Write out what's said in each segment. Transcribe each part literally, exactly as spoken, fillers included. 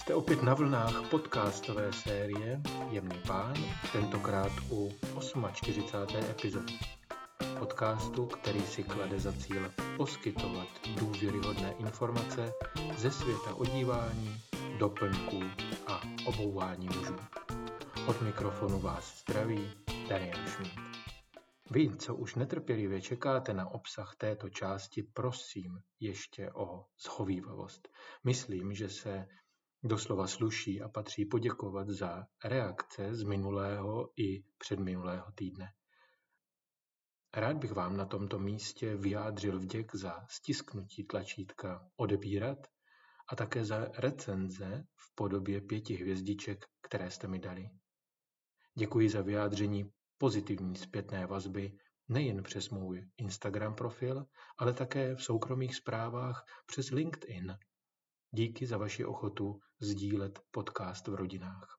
Jste opět na vlnách podcastové série Jemný pán, tentokrát u čtyřicáté osmé epizody. Podcastu, který si klade za cíl poskytovat důvěryhodné informace ze světa odívání, doplňků a obouvání mužů. Od mikrofonu vás zdraví Daniel Schmidt. Vy, co už netrpělivě čekáte na obsah této části, prosím ještě o shovívavost. Myslím, že se doslova sluší a patří poděkovat za reakce z minulého i předminulého týdne. Rád bych vám na tomto místě vyjádřil vděk za stisknutí tlačítka odebírat a také za recenze v podobě pěti hvězdiček, které jste mi dali. Děkuji za vyjádření pozitivní zpětné vazby nejen přes můj Instagram profil, ale také v soukromých zprávách přes LinkedIn. Díky za vaši ochotu sdílet podcast v rodinách.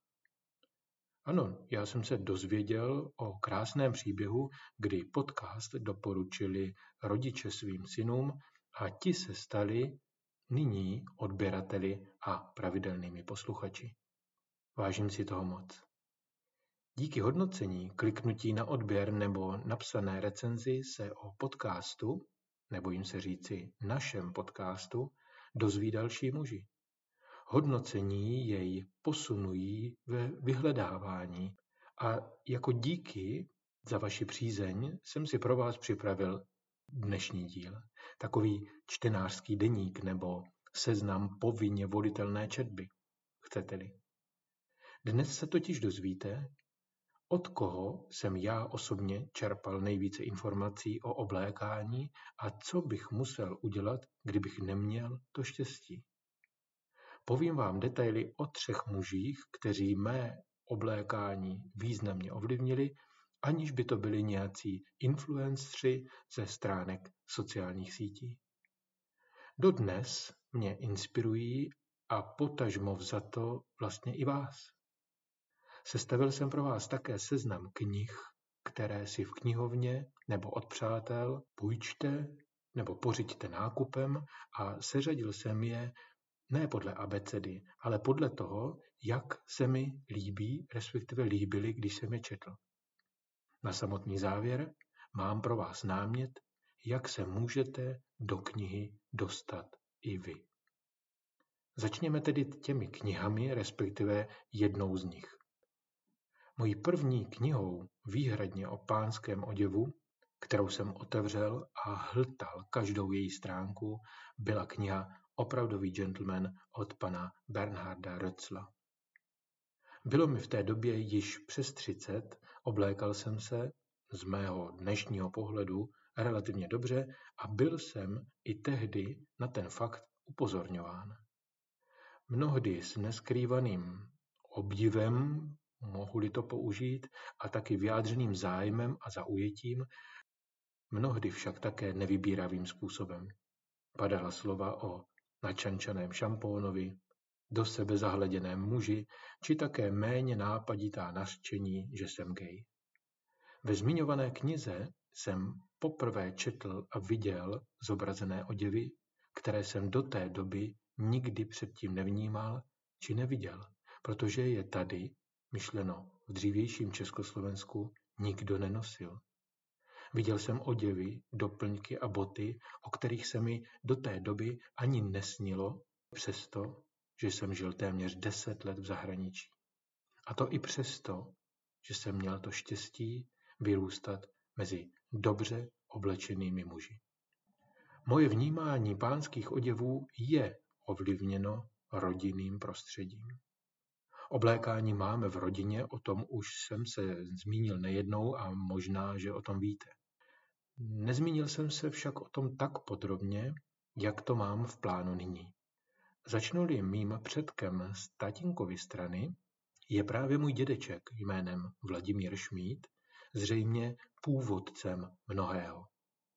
Ano, já jsem se dozvěděl o krásném příběhu, kdy podcast doporučili rodiče svým synům a ti se stali nyní odběrateli a pravidelnými posluchači. Vážím si toho moc. Díky hodnocení, kliknutí na odběr nebo napsané recenzi se o podcastu, nebojím se říci našem podcastu, dozví další muži. Hodnocení jej posunují ve vyhledávání a jako díky za vaši přízeň jsem si pro vás připravil dnešní díl. Takový čtenářský deník nebo seznam povinně volitelné četby, chcete-li. Dnes se totiž dozvíte, od koho jsem já osobně čerpal nejvíce informací o oblékání a co bych musel udělat, kdybych neměl to štěstí. Povím vám detaily o třech mužích, kteří mé oblékání významně ovlivnili, aniž by to byli nějací influencři ze stránek sociálních sítí. Dodnes mě inspirují a potažmo vzato vlastně i vás. Sestavil jsem pro vás také seznam knih, které si v knihovně nebo od přátel půjčte nebo pořiďte nákupem a seřadil jsem je ne podle abecedy, ale podle toho, jak se mi líbí, respektive líbily, když jsem je četl. Na samotný závěr mám pro vás námět, jak se můžete do knihy dostat i vy. Začněme tedy těmi knihami, respektive jednou z nich. Mojí první knihou výhradně o pánském oděvu, kterou jsem otevřel a hltal každou její stránku, byla kniha Opravdový gentleman od pana Bernharda Rötzla. Bylo mi v té době již přes třicet, oblékal jsem se z mého dnešního pohledu relativně dobře a byl jsem i tehdy na ten fakt upozorňován. Mnohdy s neskrývaným obdivem, mohu-li to použít, a taky vyjádřeným zájmem a zaujetím, mnohdy však také nevybíravým způsobem. Padala slova o načančaném šampónovi, do sebe zahleděném muži, či také méně nápaditá nařčení, že jsem gay. Ve zmiňované knize jsem poprvé četl a viděl zobrazené oděvy, které jsem do té doby nikdy předtím nevnímal či neviděl, protože je tady, myšleno v dřívějším Československu, nikdo nenosil. Viděl jsem oděvy, doplňky a boty, o kterých se mi do té doby ani nesnilo, přesto, že jsem žil téměř deset let v zahraničí. A to i přesto, že jsem měl to štěstí vyrůstat mezi dobře oblečenými muži. Moje vnímání pánských oděvů je ovlivněno rodinným prostředím. Oblékání máme v rodině, o tom už jsem se zmínil nejednou a možná, že o tom víte. Nezmínil jsem se však o tom tak podrobně, jak to mám v plánu nyní. Začnu-li mým předkem z tatínkovy strany, je právě můj dědeček jménem Vladimír Šmíd, zřejmě původcem mnohého.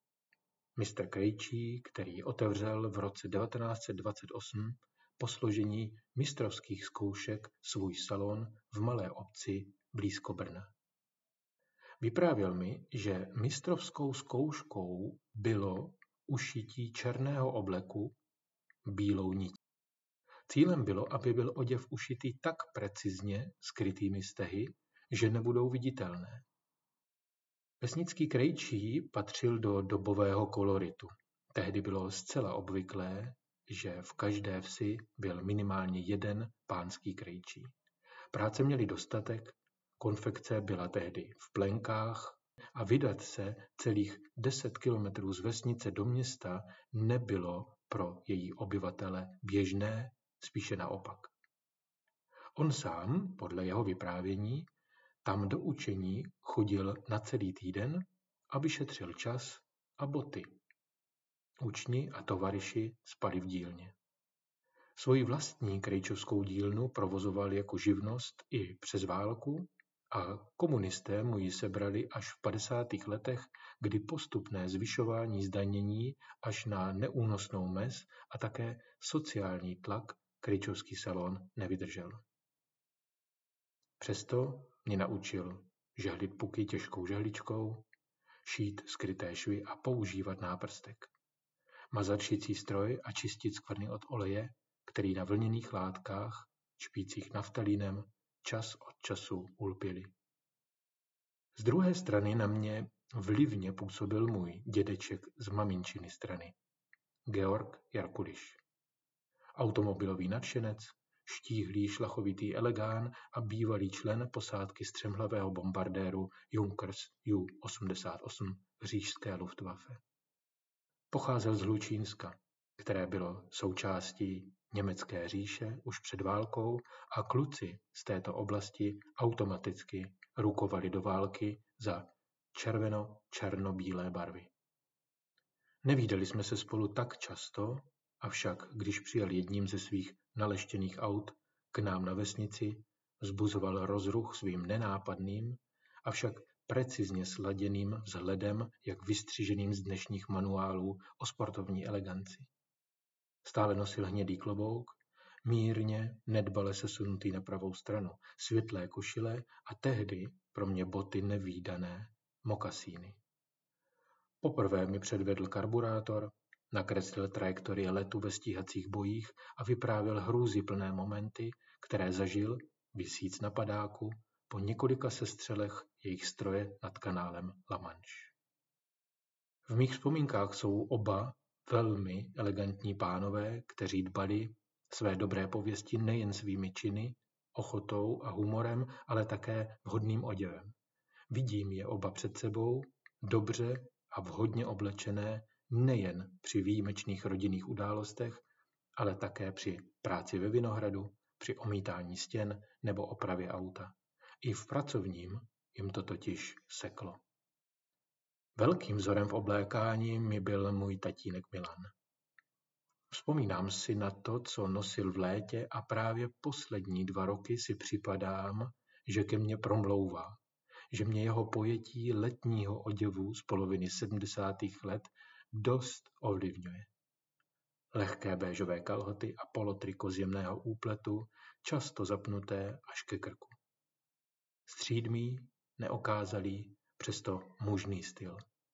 mistr Krejčí, který otevřel v roce devatenáct set dvacet osm po složení mistrovských zkoušek svůj salon v malé obci blízko Brna. Vyprávěl mi, že mistrovskou zkouškou bylo ušití černého obleku bílou nití. Cílem bylo, aby byl oděv ušitý tak precizně skrytými stehy, že nebudou viditelné. Vesnický krejčí patřil do dobového koloritu. Tehdy bylo zcela obvyklé, že v každé vsi byl minimálně jeden pánský krejčí. Práce měli dostatek, konfekce byla tehdy v plenkách a vydat se celých deset kilometrů z vesnice do města nebylo pro její obyvatele běžné, spíše naopak. On sám, podle jeho vyprávění, tam do učení chodil na celý týden, aby šetřil čas a boty. Učni a tovaryši spali v dílně. Svoji vlastní krejčovskou dílnu provozoval jako živnost i přes válku a komunisté mu ji sebrali až v padesátých letech, kdy postupné zvyšování zdanění až na neúnosnou mez a také sociální tlak krejčovský salon nevydržel. Přesto mě naučil žehlit puky těžkou žehličkou, šít skryté švy a používat náprstek, mazat šicí stroj a čistit skvrny od oleje, který na vlněných látkách, špících naftalínem, čas od času ulpěli. Z druhé strany na mě vlivně působil můj dědeček z maminčiny strany, Georg Jarkuliš. Automobilový nadšenec, štíhlý šlachovitý elegán a bývalý člen posádky střemhlavého bombardéru Junkers U osmdesát osm říšské Luftwaffe. Pocházel z Hlučínska, které bylo součástí německé říše už před válkou a kluci z této oblasti automaticky rukovali do války za červeno-černobílé barvy. Nevídali jsme se spolu tak často, avšak když přijel jedním ze svých naleštěných aut k nám na vesnici, vzbuzoval rozruch svým nenápadným, avšak precizně sladěným vzhledem, jak vystřiženým z dnešních manuálů o sportovní eleganci. Stále nosil hnědý klobouk, mírně, nedbale sesunutý na pravou stranu, světlé košile a tehdy pro mě boty nevídané, mokasíny. Poprvé mi předvedl karburátor, nakreslil trajektorie letu ve stíhacích bojích a vyprávěl hrůzyplné momenty, které zažil, visíc na padáku, po několika sestřelech jejich stroje nad kanálem La Manche. V mých vzpomínkách jsou oba velmi elegantní pánové, kteří dbali své dobré pověsti nejen svými činy, ochotou a humorem, ale také vhodným oděvem. Vidím je oba před sebou, dobře a vhodně oblečené, nejen při výjimečných rodinných událostech, ale také při práci ve vinohradu, při omítání stěn nebo opravě auta. I v pracovním jim to totiž seklo. Velkým vzorem v oblékání mi byl můj tatínek Milan. Vzpomínám si na to, co nosil v létě a právě poslední dva roky si připadám, že ke mně promlouvá, že mě jeho pojetí letního oděvu z poloviny sedmdesátých let dost ovlivňuje. Lehké béžové kalhoty a polotriko z jemného úpletu, často zapnuté až ke krku. Střídmý, neokázalý, přesto mužný styl.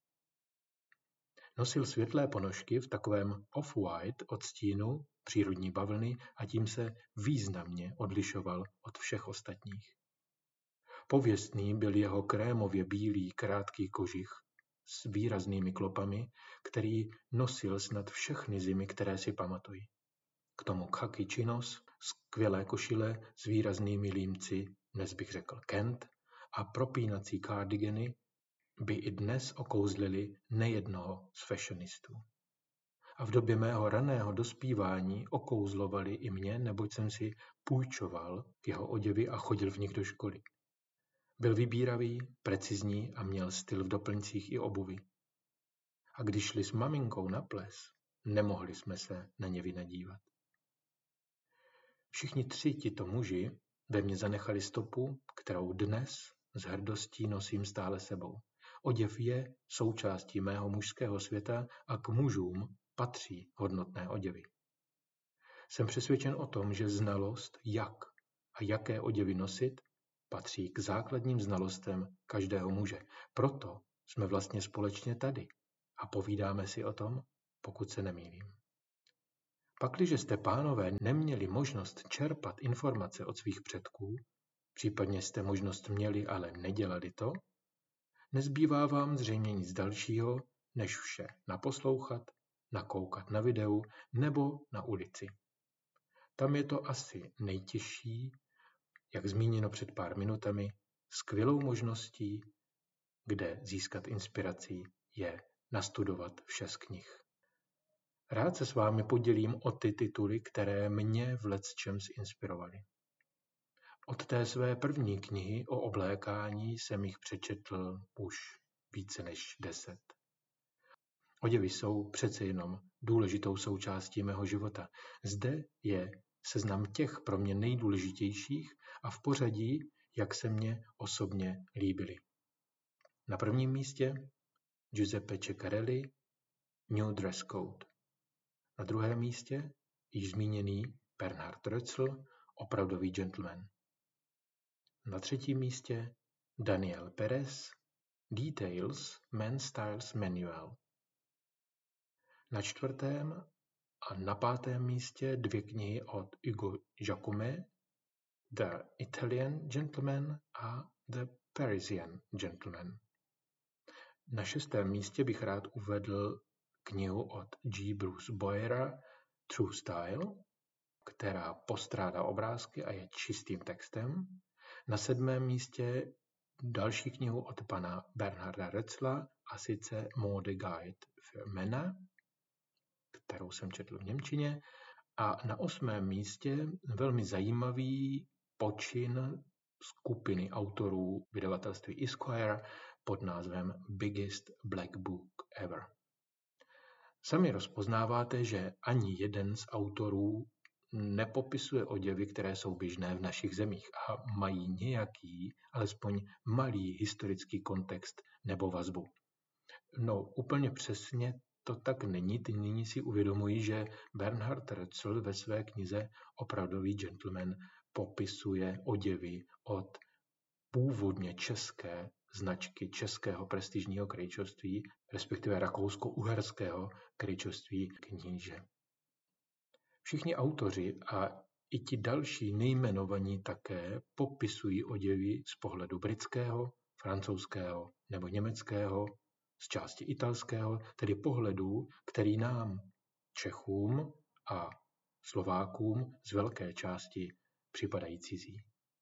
Nosil světlé ponožky v takovém off-white odstínu přírodní bavlny a tím se významně odlišoval od všech ostatních. Pověstný byl jeho krémově bílý krátký kožich s výraznými klopami, který nosil snad všechny zimy, které si pamatuji. K tomu khaki chinos, skvělé košile s výraznými límci, dnes bych řekl Kent, a propínací kardigeny by i dnes okouzlili nejednoho z fashionistů. A v době mého raného dospívání okouzlovali i mě, neboť jsem si půjčoval jeho oděvy a chodil v nich do školy. Byl vybíravý, precizní a měl styl v doplňcích i obuvi. A když šli s maminkou na ples, nemohli jsme se na ně vynadívat. Všichni tři tito muži ve mně zanechali stopu, kterou dnes s hrdostí nosím stále sebou. Oděv je součástí mého mužského světa a k mužům patří hodnotné oděvy. Jsem přesvědčen o tom, že znalost, jak a jaké oděvy nosit, patří k základním znalostem každého muže. Proto jsme vlastně společně tady a povídáme si o tom, pokud se nemýlím. Pakliže jste, pánové, neměli možnost čerpat informace od svých předků, případně jste možnost měli, ale nedělali to, nezbývá vám zřejmě nic dalšího, než vše naposlouchat, nakoukat na videu nebo na ulici. Tam je to asi nejtěžší, jak zmíněno před pár minutami, skvělou možností, kde získat inspiraci, je nastudovat vše z knih. Rád se s vámi podělím o ty tituly, které mě v lecčems inspirovaly. Od té své první knihy o oblékání jsem jich přečetl už více než deset. Oděvy jsou přece jenom důležitou součástí mého života. Zde je seznam těch pro mě nejdůležitějších a v pořadí, jak se mě osobně líbily. Na prvním místě Giuseppe Ceccarelli, New Dress Code. Na druhém místě již zmíněný Bernhard Rötzl, Opravdový gentleman. Na třetím místě Daniel Perez, Details, Men's Styles Manual. Na čtvrtém a na pátém místě dvě knihy od Hugo Jacome, The Italian Gentleman a The Parisian Gentleman. Na šestém místě bych rád uvedl knihu od G. Bruce Boyera True Style, která postrádá obrázky a je čistým textem. Na sedmém místě další knihu od pana Bernharda Rötzla, a sice Mode Guide für Männer, kterou jsem četl v němčině. A na osmém místě velmi zajímavý počin skupiny autorů vydavatelství Esquire pod názvem Biggest Black Book Ever. Sami rozpoznáváte, že ani jeden z autorů nepopisuje oděvy, které jsou běžné v našich zemích a mají nějaký, alespoň malý historický kontext nebo vazbu. No, úplně přesně to tak není. Teď nyní si uvědomuji, že Bernhard Rötzl ve své knize Opravdový gentleman popisuje oděvy od původně české značky českého prestižního krejčoství, respektive rakousko-uherského krejčoství Kníže. Všichni autoři a i ti další nejmenovaní také popisují oděvy z pohledu britského, francouzského nebo německého, z části italského, tedy pohledu, který nám, Čechům a Slovákům z velké části připadají cizí.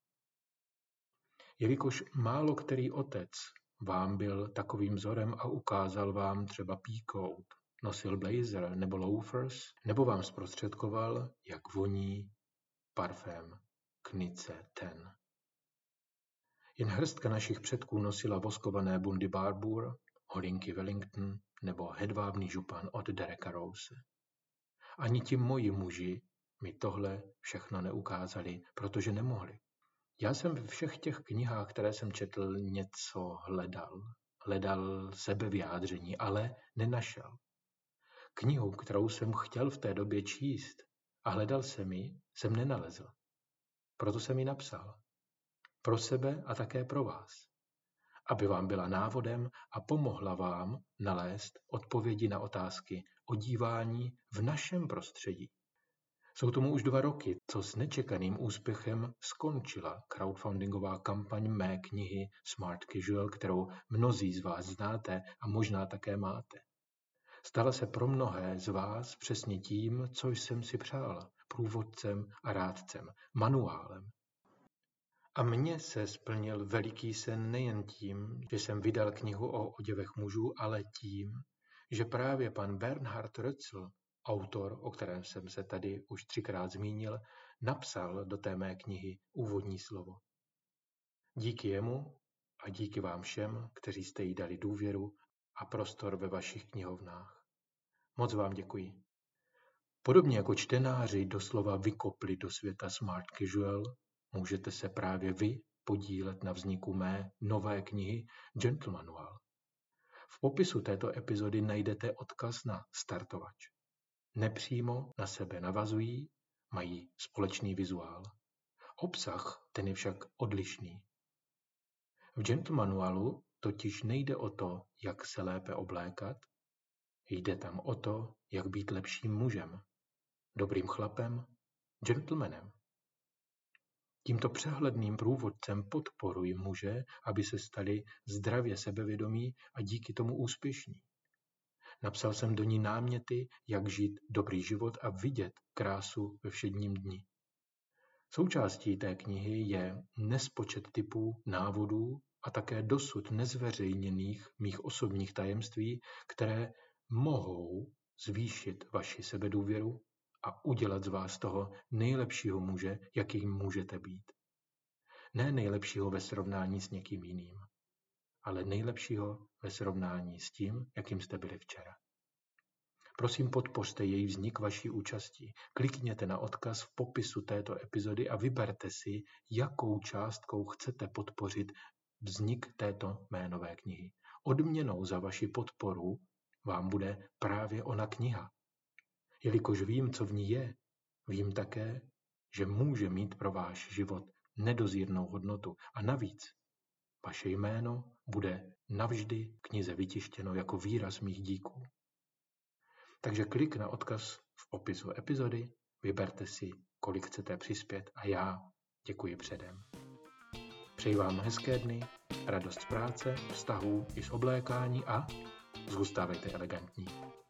Jelikož málo který otec vám byl takovým vzorem a ukázal vám třeba peacoat, nosil blazer nebo loafers, nebo vám zprostředkoval, jak voní parfém Knize Ten. Jen hrstka našich předků nosila voskované bundy Barbour, holinky Wellington nebo hedvábný župan od Dereka Rose. Ani ti moji muži mi tohle všechno neukázali, protože nemohli. Já jsem ve všech těch knihách, které jsem četl, něco hledal. Hledal sebevyjádření, ale nenašel. Knihu, kterou jsem chtěl v té době číst a hledal jsem ji, jsem nenalezl. Proto jsem ji napsal. Pro sebe a také pro vás. Aby vám byla návodem a pomohla vám nalézt odpovědi na otázky o dívání v našem prostředí. Jsou tomu už dva roky, co s nečekaným úspěchem skončila crowdfundingová kampaň mé knihy Smart Casual, kterou mnozí z vás znáte a možná také máte. Stala se pro mnohé z vás přesně tím, co jsem si přál, průvodcem a rádcem, manuálem. A mně se splnil veliký sen nejen tím, že jsem vydal knihu o oděvech mužů, ale tím, že právě pan Bernhard Rötzl, autor, o kterém jsem se tady už třikrát zmínil, napsal do té mé knihy úvodní slovo. Díky jemu a díky vám všem, kteří jste jí dali důvěru a prostor ve vašich knihovnách. Moc vám děkuji. Podobně jako čtenáři doslova vykopli do světa Smart Casual, můžete se právě vy podílet na vzniku mé nové knihy Gentlemanual. V popisu této epizody najdete odkaz na startovač. Nepřímo na sebe navazují, mají společný vizuál. Obsah ten je však odlišný. V Gentlemanualu totiž nejde o to, jak se lépe oblékat, jde tam o to, jak být lepším mužem. dobrým chlapem, gentlemanem. Tímto přehledným průvodcem podporuji muže, aby se stali zdravě sebevědomí a díky tomu úspěšní. Napsal jsem do ní náměty, jak žít dobrý život a vidět krásu ve všedním dni. Součástí té knihy je nespočet typů, návodů a také dosud nezveřejněných mých osobních tajemství, které mohou zvýšit vaši sebedůvěru a udělat z vás toho nejlepšího muže, jakým můžete být. Ne nejlepšího ve srovnání s někým jiným, ale nejlepšího ve srovnání s tím, jakým jste byli včera. Prosím, podpořte její vznik vaší účastí. Klikněte na odkaz v popisu této epizody a vyberte si, jakou částkou chcete podpořit vznik této mé nové knihy. Odměnou za vaši podporu vám bude právě ona kniha. Jelikož vím, co v ní je, vím také, že může mít pro váš život nedozírnou hodnotu a navíc vaše jméno bude navždy v knize vytištěno jako výraz mých díků. Takže klik na odkaz v popisu epizody, vyberte si, kolik chcete přispět a já děkuji předem. Přeji vám hezké dny, radost z práce, vztahů i z oblékání a zůstávejte elegantní.